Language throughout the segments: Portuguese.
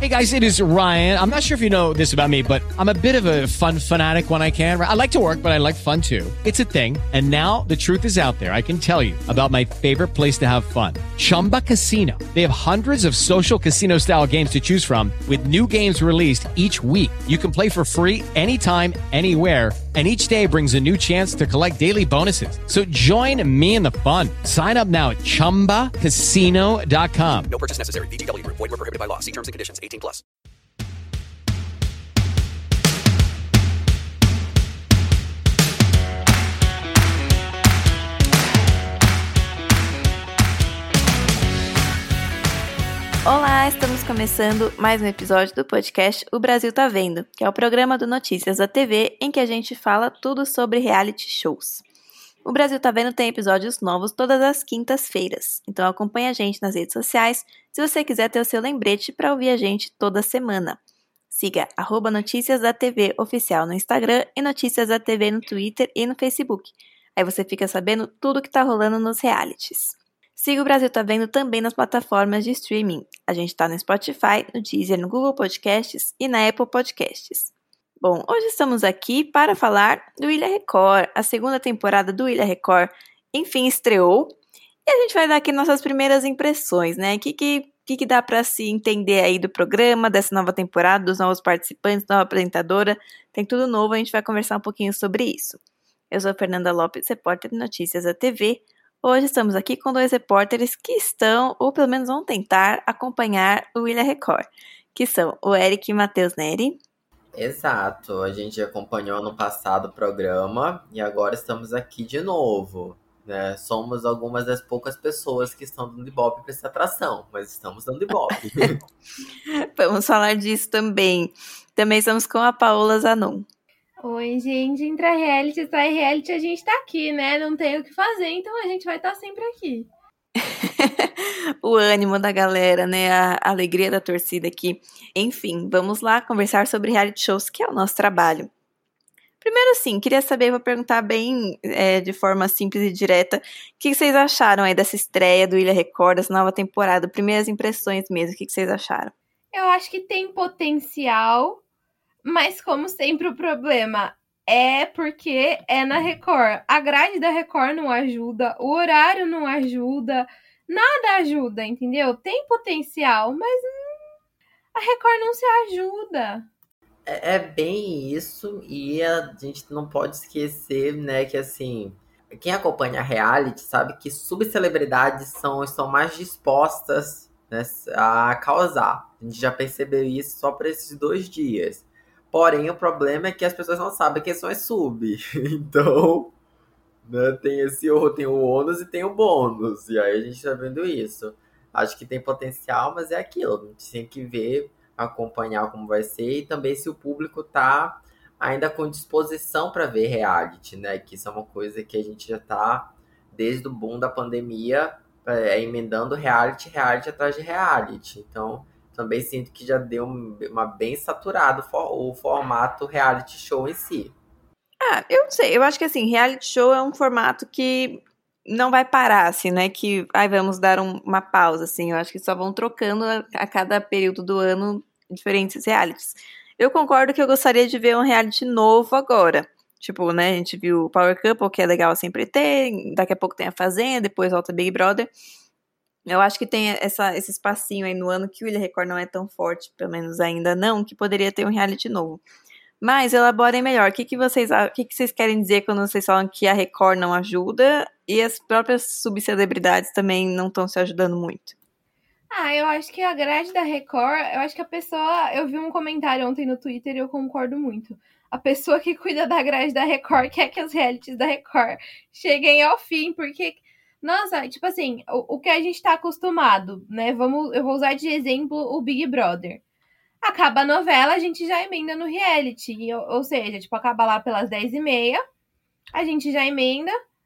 Hey guys, it is Ryan. I'm not sure if you know this about me, but I'm a bit of a fun fanatic when I can. I like to work, but I like fun too. It's a thing. And now the truth is out there. I can tell you about my favorite place to have fun. Chumba Casino. They have hundreds of social casino style games to choose from with new games released each week. You can play for free anytime, anywhere. And each day brings a new chance to collect daily bonuses. So join me in the fun. Sign up now at ChumbaCasino.com. No purchase necessary. VGW Group. Void where prohibited by law. See terms and conditions. 18+. Olá, estamos começando mais um episódio do podcast O Brasil Tá Vendo, que é o programa do Notícias da TV em que a gente fala tudo sobre reality shows. O Brasil Tá Vendo tem episódios novos todas as quintas-feiras, então acompanhe a gente nas redes sociais se você quiser ter o seu lembrete para ouvir a gente toda semana. Siga @Notícias da TV oficial no Instagram e Notícias da TV no Twitter e no Facebook. Aí você fica sabendo tudo que tá rolando nos realities. Siga o Brasil Tá Vendo também nas plataformas de streaming. A gente tá no Spotify, no Deezer, no Google Podcasts e na Apple Podcasts. Bom, hoje estamos aqui para falar do Ilha Record. A segunda temporada do Ilha Record, enfim, estreou. E a gente vai dar aqui nossas primeiras impressões, né? O que dá para se entender aí do programa, dessa nova temporada, dos novos participantes, nova apresentadora. Tem tudo novo, a gente vai conversar um pouquinho sobre isso. Eu sou a Fernanda Lopes, repórter de Notícias da TV. Hoje estamos aqui com dois repórteres que estão, ou pelo menos vão tentar, acompanhar o Ilha Record, que são o Eric e Matheus Neri. Exato, a gente acompanhou ano passado o programa e agora estamos aqui de novo, né? Somos algumas das poucas pessoas que estão dando ibope para essa atração, mas estamos dando ibope. Vamos falar disso também. Também estamos com a Paola Zanon. Oi, gente, entra reality, sai reality, a gente tá aqui, né? Não tem o que fazer, então a gente vai estar sempre aqui. O ânimo da galera, né? A alegria da torcida aqui. Enfim, vamos lá conversar sobre reality shows, que é o nosso trabalho. Primeiro, assim, queria saber, vou perguntar bem de forma simples e direta, o que vocês acharam aí dessa estreia do Ilha Record, dessa nova temporada? Primeiras impressões mesmo, o que vocês acharam? Eu acho que tem potencial, mas como sempre o problema é porque é na Record. A grade da Record não ajuda, o horário não ajuda, nada ajuda, entendeu? Tem potencial, mas a Record não se ajuda. É bem isso, e a gente não pode esquecer, né, que assim, quem acompanha reality sabe que subcelebridades estão mais dispostas, né, a causar. A gente já percebeu isso só por esses 2 dias. Porém, o problema é que as pessoas não sabem quem são as sub. Então, né, tem o ônus e tem o bônus. E aí a gente tá vendo isso. Acho que tem potencial, mas é aquilo. A gente tem que ver, acompanhar como vai ser. E também se o público tá ainda com disposição para ver reality, né? Que isso é uma coisa que a gente já tá, desde o boom da pandemia, emendando reality atrás de reality. Então, também sinto que já deu uma bem saturado o formato reality show em si. Eu não sei, eu acho que assim, reality show é um formato que não vai parar, assim, né, que vamos dar uma pausa, assim, eu acho que só vão trocando a cada período do ano diferentes realities. Eu concordo que eu gostaria de ver um reality novo agora, tipo, né, a gente viu o Power Couple, que é legal sempre ter, daqui a pouco tem a Fazenda, depois volta Big Brother. Eu acho que tem esse espacinho aí no ano que o Ilha Record não é tão forte, pelo menos ainda não, que poderia ter um reality novo. Mas elaborem melhor. O que vocês querem dizer quando vocês falam que a Record não ajuda e as próprias subcelebridades também não estão se ajudando muito? Eu acho que a grade da Record, eu vi um comentário ontem no Twitter e eu concordo muito. A pessoa que cuida da grade da Record quer que os realities da Record cheguem ao fim, porque... Nossa, tipo assim, o que a gente tá acostumado, né? Eu vou usar de exemplo o Big Brother. Acaba a novela, a gente já emenda no reality. Ou seja, tipo, acaba lá pelas 10h30, a gente já emenda.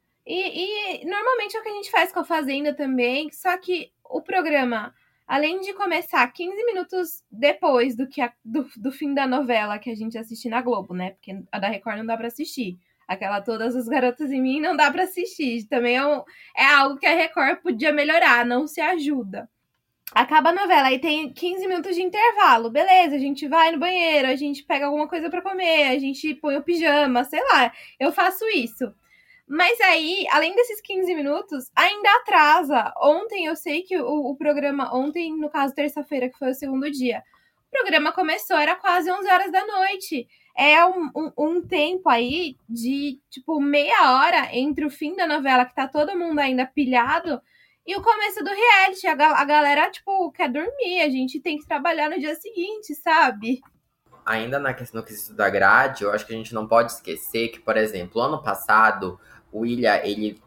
E normalmente é o que a gente faz com a Fazenda também. Só que o programa, além de começar 15 minutos depois do fim da novela que a gente assiste na Globo, né? Porque a da Record não dá pra assistir. Aquela Todas as Garotas em Mim não dá pra assistir. Também é algo que a Record podia melhorar, não se ajuda. Acaba a novela, aí tem 15 minutos de intervalo. Beleza, a gente vai no banheiro, a gente pega alguma coisa pra comer, a gente põe o pijama, sei lá. Eu faço isso. Mas aí, além desses 15 minutos, ainda atrasa. Ontem, eu sei que o programa... Ontem, no caso, terça-feira, que foi o segundo dia. O programa começou, era quase 11 horas da noite. É um tempo aí de, tipo, meia hora entre o fim da novela, que tá todo mundo ainda pilhado, e o começo do reality. A galera, tipo, quer dormir. A gente tem que trabalhar no dia seguinte, sabe? Ainda no quesito da grade, eu acho que a gente não pode esquecer que, por exemplo, ano passado, o Ilha,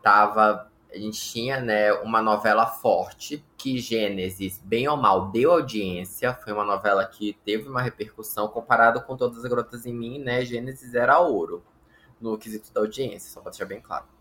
a gente tinha, né, uma novela forte, que Gênesis, bem ou mal, deu audiência. Foi uma novela que teve uma repercussão comparado com Todas as Garotas em Mim, né? Gênesis era ouro no quesito da audiência, só pra deixar bem claro.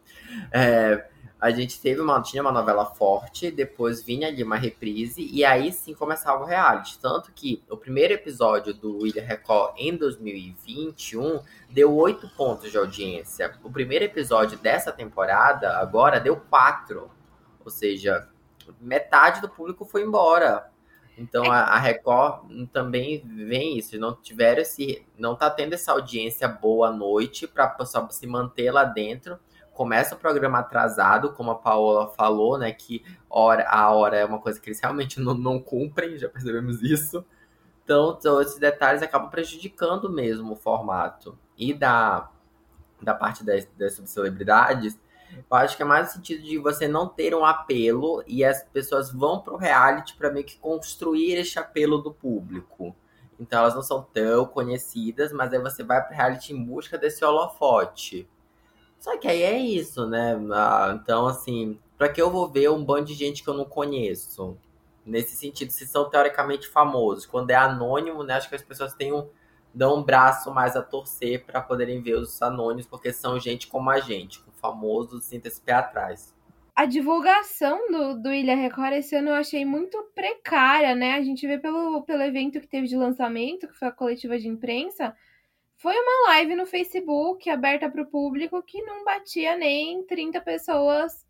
A gente tinha uma novela forte, depois vinha ali uma reprise, e aí sim começava o reality. Tanto que o primeiro episódio do Ilha Record em 2021 deu 8 pontos de audiência. O primeiro episódio dessa temporada, agora, deu 4. Ou seja, metade do público foi embora. Então a Record também vem isso, não tá tendo essa audiência boa à noite para só se manter lá dentro. Começa o programa atrasado, como a Paola falou, né? Que a hora é uma coisa que eles realmente não cumprem, já percebemos isso. Então esses detalhes acabam prejudicando mesmo o formato. E da parte das subcelebridades, eu acho que é mais no sentido de você não ter um apelo e as pessoas vão pro reality para meio que construir esse apelo do público. Então elas não são tão conhecidas, mas aí você vai pro reality em busca desse holofote. Só que aí é isso, né? Então, assim, pra que eu vou ver um bando de gente que eu não conheço? Nesse sentido, se são teoricamente famosos. Quando é anônimo, né? Acho que as pessoas dão um braço mais a torcer pra poderem ver os anônimos, porque são gente como a gente. Com famosos, sinta esse pé atrás. A divulgação do Ilha Record esse ano eu achei muito precária, né? A gente vê pelo evento que teve de lançamento, que foi a coletiva de imprensa. Foi uma live no Facebook aberta para o público que não batia nem 30 pessoas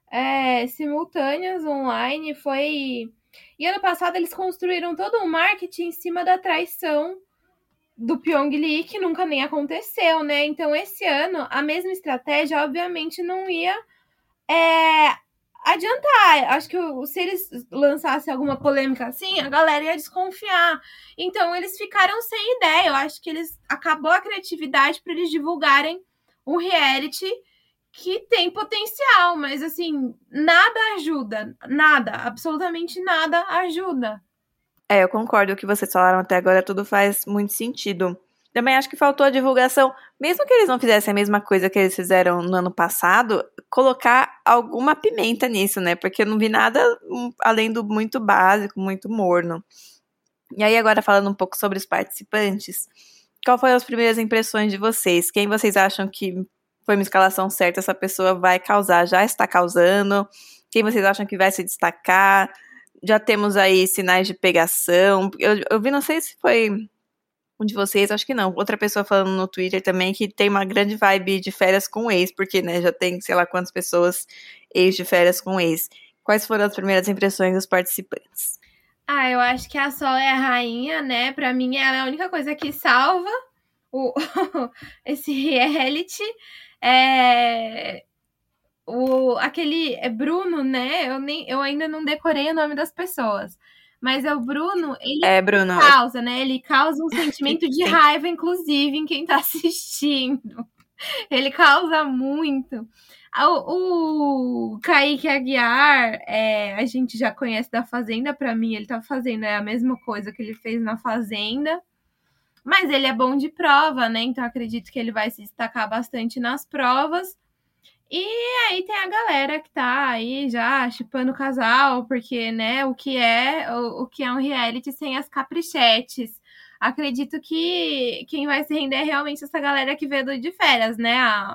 simultâneas online. E ano passado eles construíram todo um marketing em cima da traição do Pyong Lee, que nunca nem aconteceu, né? Então esse ano a mesma estratégia obviamente não ia adiantar. Acho que se eles lançassem alguma polêmica assim, a galera ia desconfiar. Então eles ficaram sem ideia. Eu acho que acabou a criatividade para eles divulgarem um reality que tem potencial, mas assim, nada ajuda. Nada, absolutamente nada ajuda. Eu concordo. O que vocês falaram até agora, tudo faz muito sentido. Também acho que faltou a divulgação, mesmo que eles não fizessem a mesma coisa que eles fizeram no ano passado, colocar alguma pimenta nisso, né? Porque eu não vi nada além do muito básico, muito morno. E aí agora falando um pouco sobre os participantes, qual foram as primeiras impressões de vocês? Quem vocês acham que foi uma escalação certa, essa pessoa vai causar, já está causando? Quem vocês acham que vai se destacar? Já temos aí sinais de pegação. Eu vi, não sei se foi um de vocês, acho que não. Outra pessoa falando no Twitter também que tem uma grande vibe de férias com ex, porque, né, já tem sei lá quantas pessoas ex de férias com ex. Quais foram as primeiras impressões dos participantes? Eu acho que a Sol é a rainha, né? Pra mim, ela é a única coisa que salva esse reality. Aquele Bruno, né? Eu ainda não decorei o nome das pessoas. Mas é o Bruno, ele Bruno. causa, né? Ele causa um sentimento de raiva, inclusive, em quem tá assistindo. Ele causa muito. O Kaique Aguiar, a gente já conhece da Fazenda. Pra mim, ele tá fazendo a mesma coisa que ele fez na Fazenda. Mas ele é bom de prova, né? Então acredito que ele vai se destacar bastante nas provas. E aí tem a galera que tá aí já chipando o casal, porque, né, o que é um reality sem as caprichetes. Acredito que quem vai se render é realmente essa galera que veio de férias, né?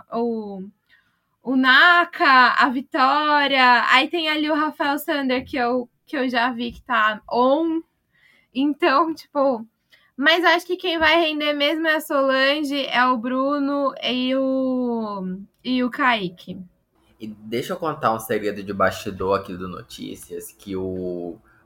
O Naka, a Vitória, aí tem ali o Rafael Sander, que eu já vi que tá on. Então, tipo... Mas acho que quem vai render mesmo é a Solange, é o Bruno e o Kaique. E deixa eu contar um segredo de bastidor aqui do Notícias, que o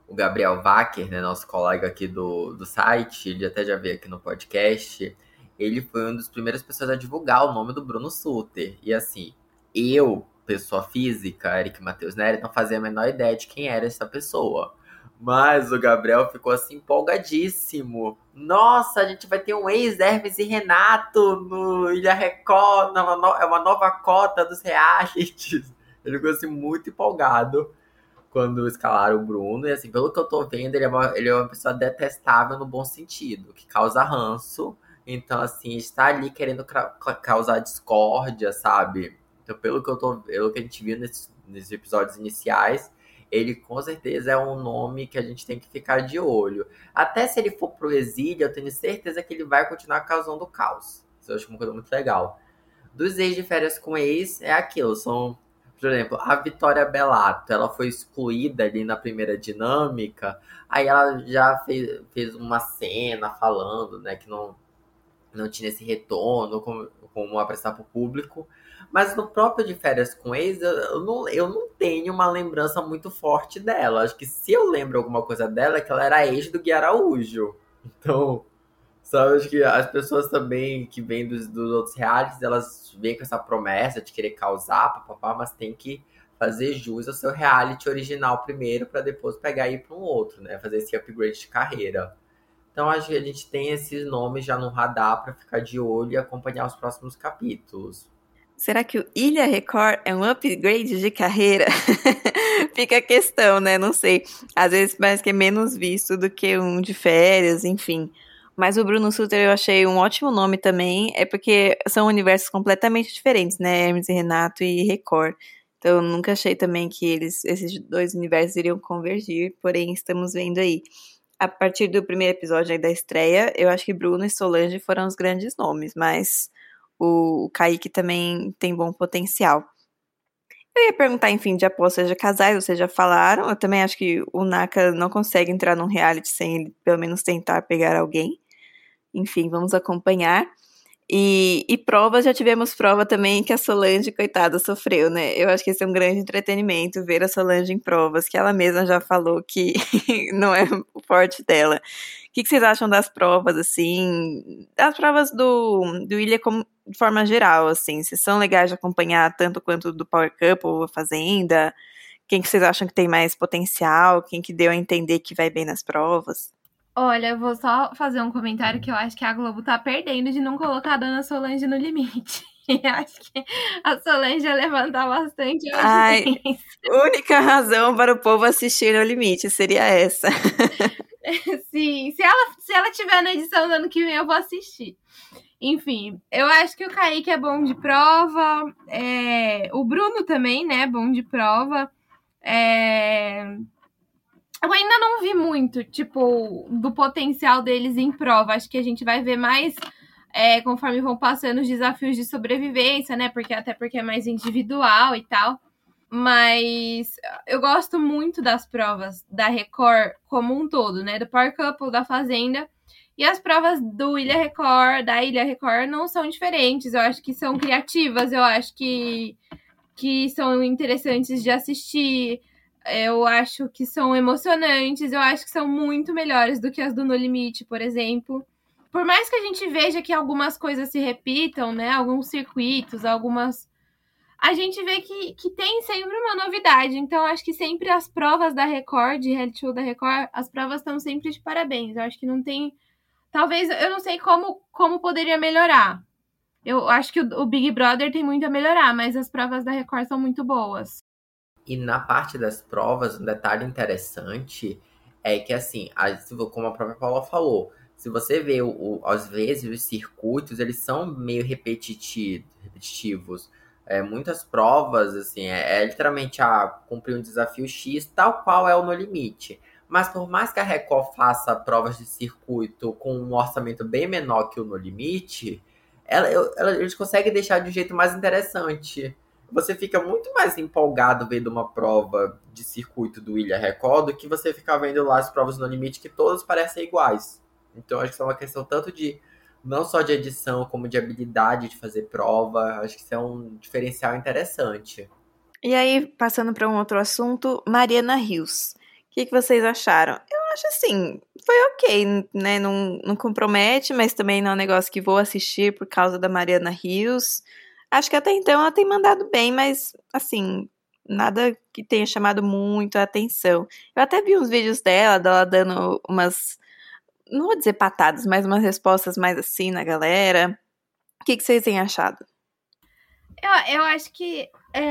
o Gabriel Wacker, né, nosso colega aqui do site, ele até já veio aqui no podcast, ele foi uma das primeiras pessoas a divulgar o nome do Bruno Sutter. E assim, eu, pessoa física, Eric Matheus Nery, não fazia a menor ideia de quem era essa pessoa. Mas o Gabriel ficou assim empolgadíssimo. Nossa, a gente vai ter um ex-Hermes e Renato no Ilha Record, é uma nova cota dos realities. Ele ficou assim muito empolgado quando escalaram o Bruno. E assim, pelo que eu tô vendo, ele é uma pessoa detestável no bom sentido, que causa ranço. Então, assim, está ali querendo causar discórdia, sabe? Então, pelo que a gente viu nesses episódios iniciais, ele com certeza é um nome que a gente tem que ficar de olho. Até se ele for pro exílio, eu tenho certeza que ele vai continuar causando caos. Isso eu acho uma coisa muito legal. Dos ex de férias com ex, é aquilo. São, por exemplo, a Vitória Bellato. Ela foi excluída ali na primeira dinâmica. Aí ela já fez uma cena falando, né, que não tinha esse retorno como apresentar para o público. Mas no próprio de férias com ex, eu não tenho uma lembrança muito forte dela. Acho que se eu lembro alguma coisa dela, é que ela era ex do Gui Araújo. Então, sabe, acho que as pessoas também que vêm dos outros realities, elas vêm com essa promessa de querer causar, papapá, mas tem que fazer jus ao seu reality original primeiro, para depois pegar e ir para um outro, né? Fazer esse upgrade de carreira. Então, acho que a gente tem esses nomes já no radar para ficar de olho e acompanhar os próximos capítulos. Será que o Ilha Record é um upgrade de carreira? Fica a questão, né? Não sei. Às vezes parece que é menos visto do que um de férias, enfim. Mas o Bruno Sutter eu achei um ótimo nome também. É porque são universos completamente diferentes, né? Hermes e Renato e Record. Então eu nunca achei também que esses dois universos iriam convergir. Porém, estamos vendo aí. A partir do primeiro episódio aí da estreia, eu acho que Bruno e Solange foram os grandes nomes. Mas o Kaique também tem bom potencial. Eu ia perguntar, enfim, de apostas de casais, vocês já falaram. Eu também acho que o Naka não consegue entrar num reality sem ele, pelo menos, tentar pegar alguém. Enfim, vamos acompanhar. E provas, já tivemos prova também que a Solange, coitada, sofreu, né? Eu acho que esse é um grande entretenimento, ver a Solange em provas, que ela mesma já falou que não é o forte dela. O que vocês acham das provas, assim? Das provas do Ilha como, de forma geral, assim? Se são legais de acompanhar tanto quanto do Power Couple ou a Fazenda? Quem que vocês acham que tem mais potencial? Quem que deu a entender que vai bem nas provas? Olha, eu vou só fazer um comentário que eu acho que a Globo tá perdendo de não colocar a Dona Solange no limite. Eu acho que a Solange ia levantar bastante a audiência. Única razão para o povo assistir No Limite seria essa. Sim, se ela tiver na edição do ano que vem, eu vou assistir. Enfim, eu acho que o Kaique é bom de prova. O Bruno também, né? Bom de prova. Eu ainda não vi muito, tipo, do potencial deles em prova. Acho que a gente vai ver mais conforme vão passando os desafios de sobrevivência, né? Até porque é mais individual e tal. Mas eu gosto muito das provas da Record como um todo, né? Do Power Couple, da Fazenda. E as provas do Ilha Record, da Ilha Record, não são diferentes. Eu acho que são criativas, eu acho que são interessantes de assistir. Eu acho que são emocionantes, eu acho que são muito melhores do que as do No Limite, por exemplo. Por mais que a gente veja que algumas coisas se repitam, né? Alguns circuitos, a gente vê que tem sempre uma novidade. Então, acho que sempre as provas da Record, de reality show da Record, as provas estão sempre de parabéns. Eu acho que não tem... Talvez, eu não sei como poderia melhorar. Eu acho que o Big Brother tem muito a melhorar, mas as provas da Record são muito boas. E na parte das provas, um detalhe interessante é que, assim, como a própria Paula falou, se você vê, às vezes, os circuitos, eles são meio repetitivos. Muitas provas, assim, literalmente cumprir um desafio X, tal qual é o No Limite. Mas por mais que a Record faça provas de circuito com um orçamento bem menor que o No Limite, eles conseguem deixar de um jeito mais interessante. Você fica muito mais empolgado vendo uma prova de circuito do Ilha Record do que você ficar vendo lá as provas No Limite, que todas parecem iguais. Então, acho que isso é uma questão tanto de, não só de edição, como de habilidade de fazer prova. Acho que isso é um diferencial interessante. E aí, passando para um outro assunto, Mariana Rios, que vocês acharam? Eu acho assim, foi ok, né? Não compromete, mas também não é um negócio que vou assistir por causa da Mariana Rios. Acho que até então ela tem mandado bem, mas assim, nada que tenha chamado muito a atenção. Eu até vi uns vídeos dela dando umas, não vou dizer patadas, mas umas respostas mais assim na galera. O que vocês têm achado? Eu acho que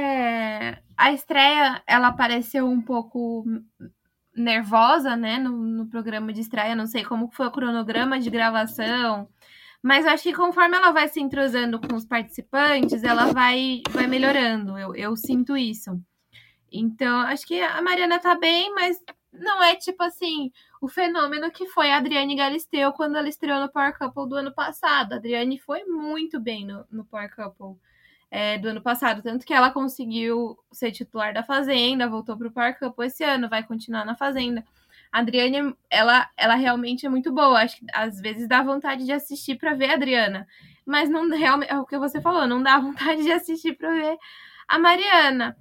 a estreia, ela pareceu um pouco nervosa, né, no programa de estreia. Não sei como foi o cronograma de gravação, mas eu acho que conforme ela vai se entrosando com os participantes, ela vai melhorando. Eu sinto isso. Então, acho que a Mariana tá bem, mas não é tipo assim o fenômeno que foi a Adriane Galisteu quando ela estreou no Power Couple do ano passado. A Adriane foi muito bem no Power Couple do ano passado, tanto que ela conseguiu ser titular da Fazenda, voltou pro Power Couple esse ano, vai continuar na Fazenda. A Adriane, ela realmente é muito boa. Acho que às vezes dá vontade de assistir pra ver a Adriana, mas não realmente, é o que você falou, não dá vontade de assistir pra ver a Mariana.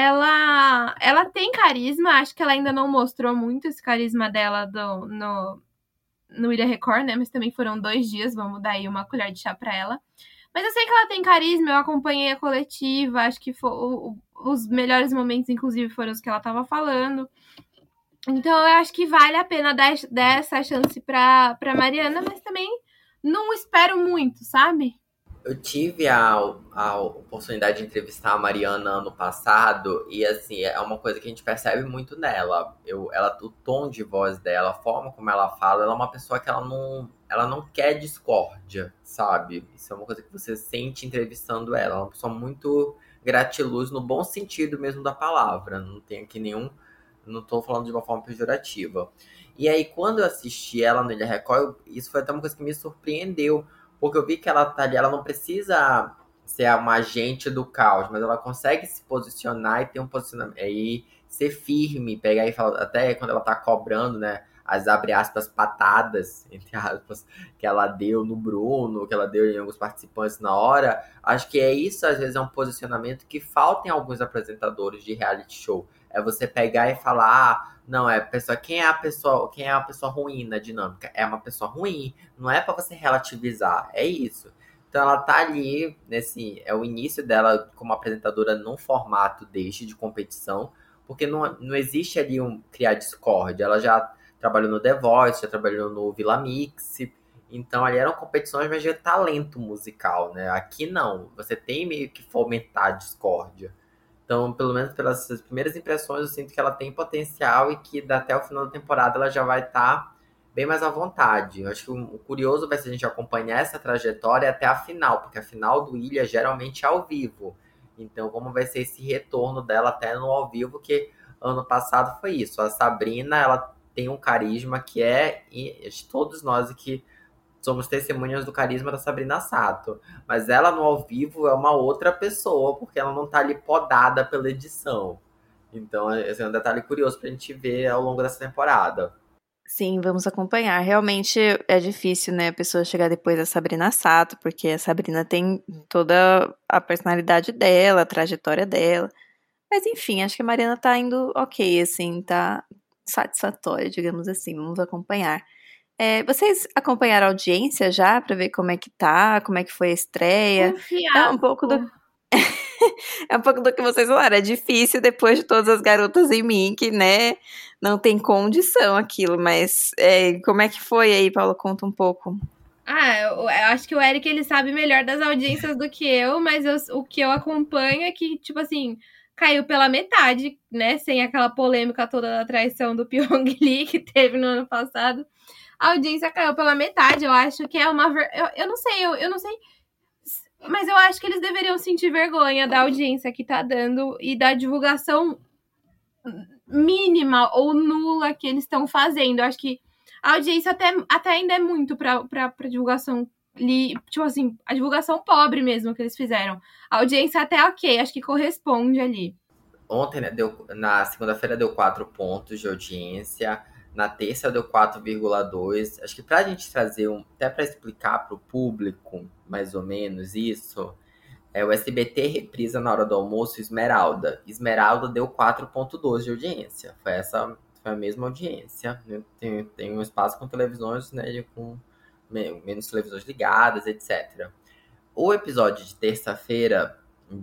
Ela tem carisma, acho que ela ainda não mostrou muito esse carisma dela no Ilha Record, né? Mas também foram 2 dias, vamos dar aí uma colher de chá pra ela. Mas eu sei que ela tem carisma, eu acompanhei a coletiva, acho que os melhores momentos, inclusive, foram os que ela tava falando. Então eu acho que vale a pena dar essa chance pra Mariana, mas também não espero muito, sabe? Eu tive a oportunidade de entrevistar a Mariana ano passado e, assim, é uma coisa que a gente percebe muito nela. O tom de voz dela, a forma como ela fala, ela é uma pessoa que ela não quer discórdia, sabe? Isso é uma coisa que você sente entrevistando ela. Ela é uma pessoa muito gratiluz, no bom sentido mesmo da palavra. Não tem aqui não tô falando de uma forma pejorativa. E aí, quando eu assisti ela no Ilha Record, isso foi até uma coisa que me surpreendeu. Porque eu vi que ela tá ali, ela não precisa ser uma agente do caos, mas ela consegue se posicionar e ter um posicionamento, aí ser firme, pegar e falar, até quando ela tá cobrando, né, as, abre aspas, patadas, entre aspas, que ela deu no Bruno, que ela deu em alguns participantes na hora. Acho que isso, às vezes, é um posicionamento que falta em alguns apresentadores de reality show. É você pegar e falar, não, quem é a pessoa ruim na dinâmica? É uma pessoa ruim, não é pra você relativizar, é isso. Então ela tá ali, é o início dela como apresentadora num formato de competição, porque não existe ali criar discórdia. Ela já trabalhou no The Voice, já trabalhou no Vila Mix, então ali eram competições mais de talento musical, né? Aqui não, você tem meio que fomentar a discórdia. Então, pelo menos pelas primeiras impressões, eu sinto que ela tem potencial e que até o final da temporada ela já vai estar bem mais à vontade. Eu acho que o curioso vai ser a gente acompanhar essa trajetória até a final, porque a final do Ilha geralmente é ao vivo. Então, como vai ser esse retorno dela até no ao vivo, que ano passado foi isso. A Sabrina, ela tem um carisma que todos nós aqui somos testemunhas do carisma da Sabrina Sato. Mas ela no ao vivo é uma outra pessoa, porque ela não tá ali podada pela edição. Então, esse é um detalhe curioso pra gente ver ao longo dessa temporada. Sim, vamos acompanhar. Realmente é difícil, né, a pessoa chegar depois da Sabrina Sato, porque a Sabrina tem toda a personalidade dela, a trajetória dela. Mas enfim, acho que a Mariana tá indo ok, assim, tá satisfatória, digamos assim. Vamos acompanhar. Vocês acompanharam a audiência já pra ver como é que tá, como é que foi a estreia? É um pouco do é um pouco do que vocês falaram, é difícil depois de todas as garotas em mim, que, né, não tem condição aquilo, mas como é que foi aí, Paula? Conta um pouco. Eu acho que o Eric, ele sabe melhor das audiências do que eu, mas o que eu acompanho é que, tipo assim, caiu pela metade, né, sem aquela polêmica toda da traição do Pyong Lee que teve no ano passado. A audiência caiu pela metade, eu acho que é uma... Eu não sei, mas eu acho que eles deveriam sentir vergonha da audiência que tá dando e da divulgação mínima ou nula que eles estão fazendo. Eu acho que a audiência até ainda é muito pra divulgação, tipo assim, a divulgação pobre mesmo que eles fizeram. A audiência até ok, acho que corresponde ali. Ontem, né, na segunda-feira deu 4 pontos de audiência. Na terça deu 4,2. Acho que pra gente trazer até pra explicar pro público, mais ou menos, isso, o SBT reprisa na hora do almoço Esmeralda. Esmeralda deu 4,2 de audiência. Foi foi a mesma audiência, né? Tem um espaço com televisões, né, com menos televisões ligadas, etc. O episódio de terça-feira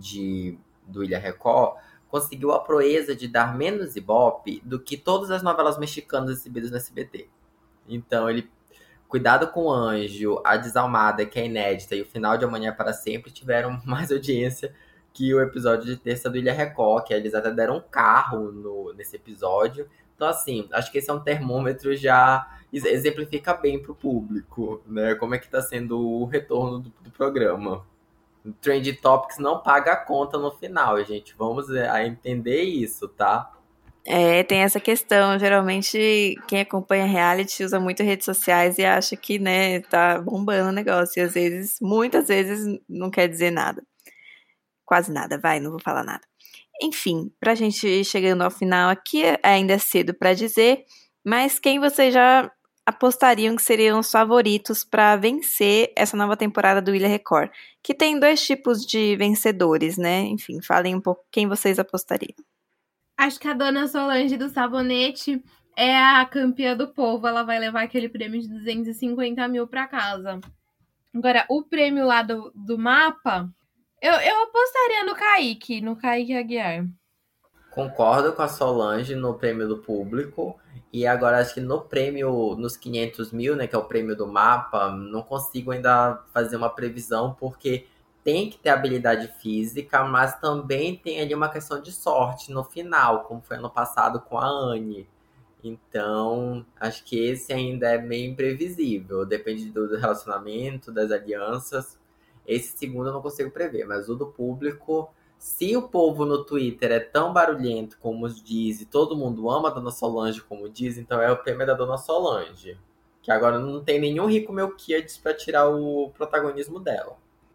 do Ilha Record conseguiu a proeza de dar menos ibope do que todas as novelas mexicanas exibidas no SBT. Então, Cuidado com o Anjo, A Desalmada, que é inédita, e O Final de Amanhã para Sempre tiveram mais audiência que o episódio de terça do Ilha Record, que eles até deram um carro nesse episódio. Então, assim, acho que esse é um termômetro, já exemplifica bem pro público, né? Como é que tá sendo o retorno do programa. O Trend Topics não paga a conta no final, gente. Vamos a entender isso, tá? Tem essa questão. Geralmente, quem acompanha reality usa muito redes sociais e acha que, né, tá bombando o negócio. E às vezes, muitas vezes, não quer dizer nada. Quase nada, não vou falar nada. Enfim, pra gente ir chegando ao final aqui, ainda é cedo pra dizer, mas quem vocês já apostariam que seriam os favoritos pra vencer essa nova temporada do Ilha Record? Que tem 2 tipos de vencedores, né? Enfim, falem um pouco quem vocês apostariam. Acho que a dona Solange do Sabonete é a campeã do povo. Ela vai levar aquele prêmio de 250 mil pra casa. Agora, o prêmio lá do mapa, eu apostaria no Kaique Aguiar. Concordo com a Solange no prêmio do público. E agora acho que no prêmio, nos 500 mil, né, que é o prêmio do mapa, não consigo ainda fazer uma previsão, porque tem que ter habilidade física, mas também tem ali uma questão de sorte no final, como foi ano passado com a Anne. Então, acho que esse ainda é meio imprevisível. Depende do relacionamento, das alianças. Esse segundo eu não consigo prever, mas o do público, se o povo no Twitter é tão barulhento como diz, e todo mundo ama a Dona Solange como diz, então é o prêmio da Dona Solange. Que agora não tem nenhum rico Melquiades pra tirar o protagonismo dela.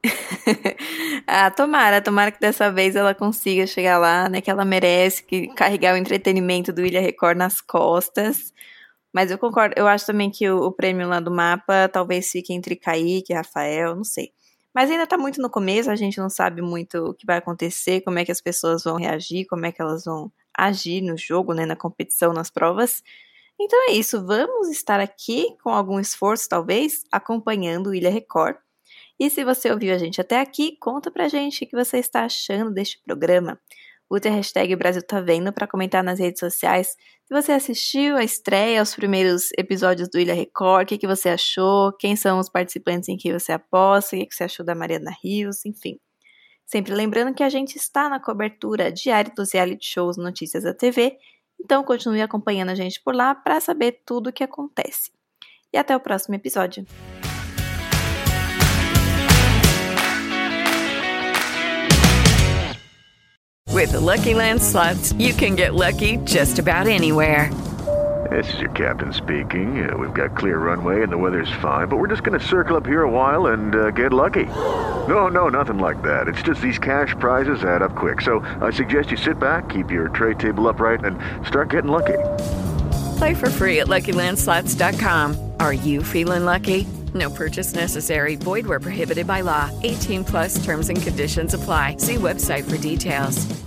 Tomara que dessa vez ela consiga chegar lá, né, que ela merece carregar o entretenimento do Ilha Record nas costas. Mas eu concordo, eu acho também que o prêmio lá do mapa talvez fique entre Kaique e Rafael, não sei. Mas ainda tá muito no começo, a gente não sabe muito o que vai acontecer, como é que as pessoas vão reagir, como é que elas vão agir no jogo, né, na competição, nas provas. Então é isso, vamos estar aqui com algum esforço, talvez, acompanhando o Ilha Record. E se você ouviu a gente até aqui, conta pra gente o que você está achando deste programa. Use a hashtag Brasil Tá Vendo para comentar nas redes sociais se você assistiu a estreia, os primeiros episódios do Ilha Record, o que você achou, quem são os participantes em que você aposta, o que você achou da Mariana Rios, enfim. Sempre lembrando que a gente está na cobertura diária dos reality shows Notícias da TV, então continue acompanhando a gente por lá para saber tudo o que acontece. E até o próximo episódio. With the Lucky Land Slots, you can get lucky just about anywhere. This is your captain speaking. We've got clear runway and the weather's fine, but we're just going to circle up here a while and get lucky. No, nothing like that. It's just these cash prizes add up quick. So I suggest you sit back, keep your tray table upright, and start getting lucky. Play for free at LuckyLandSlots.com. Are you feeling lucky? No purchase necessary. Void where prohibited by law. 18+ terms and conditions apply. See website for details.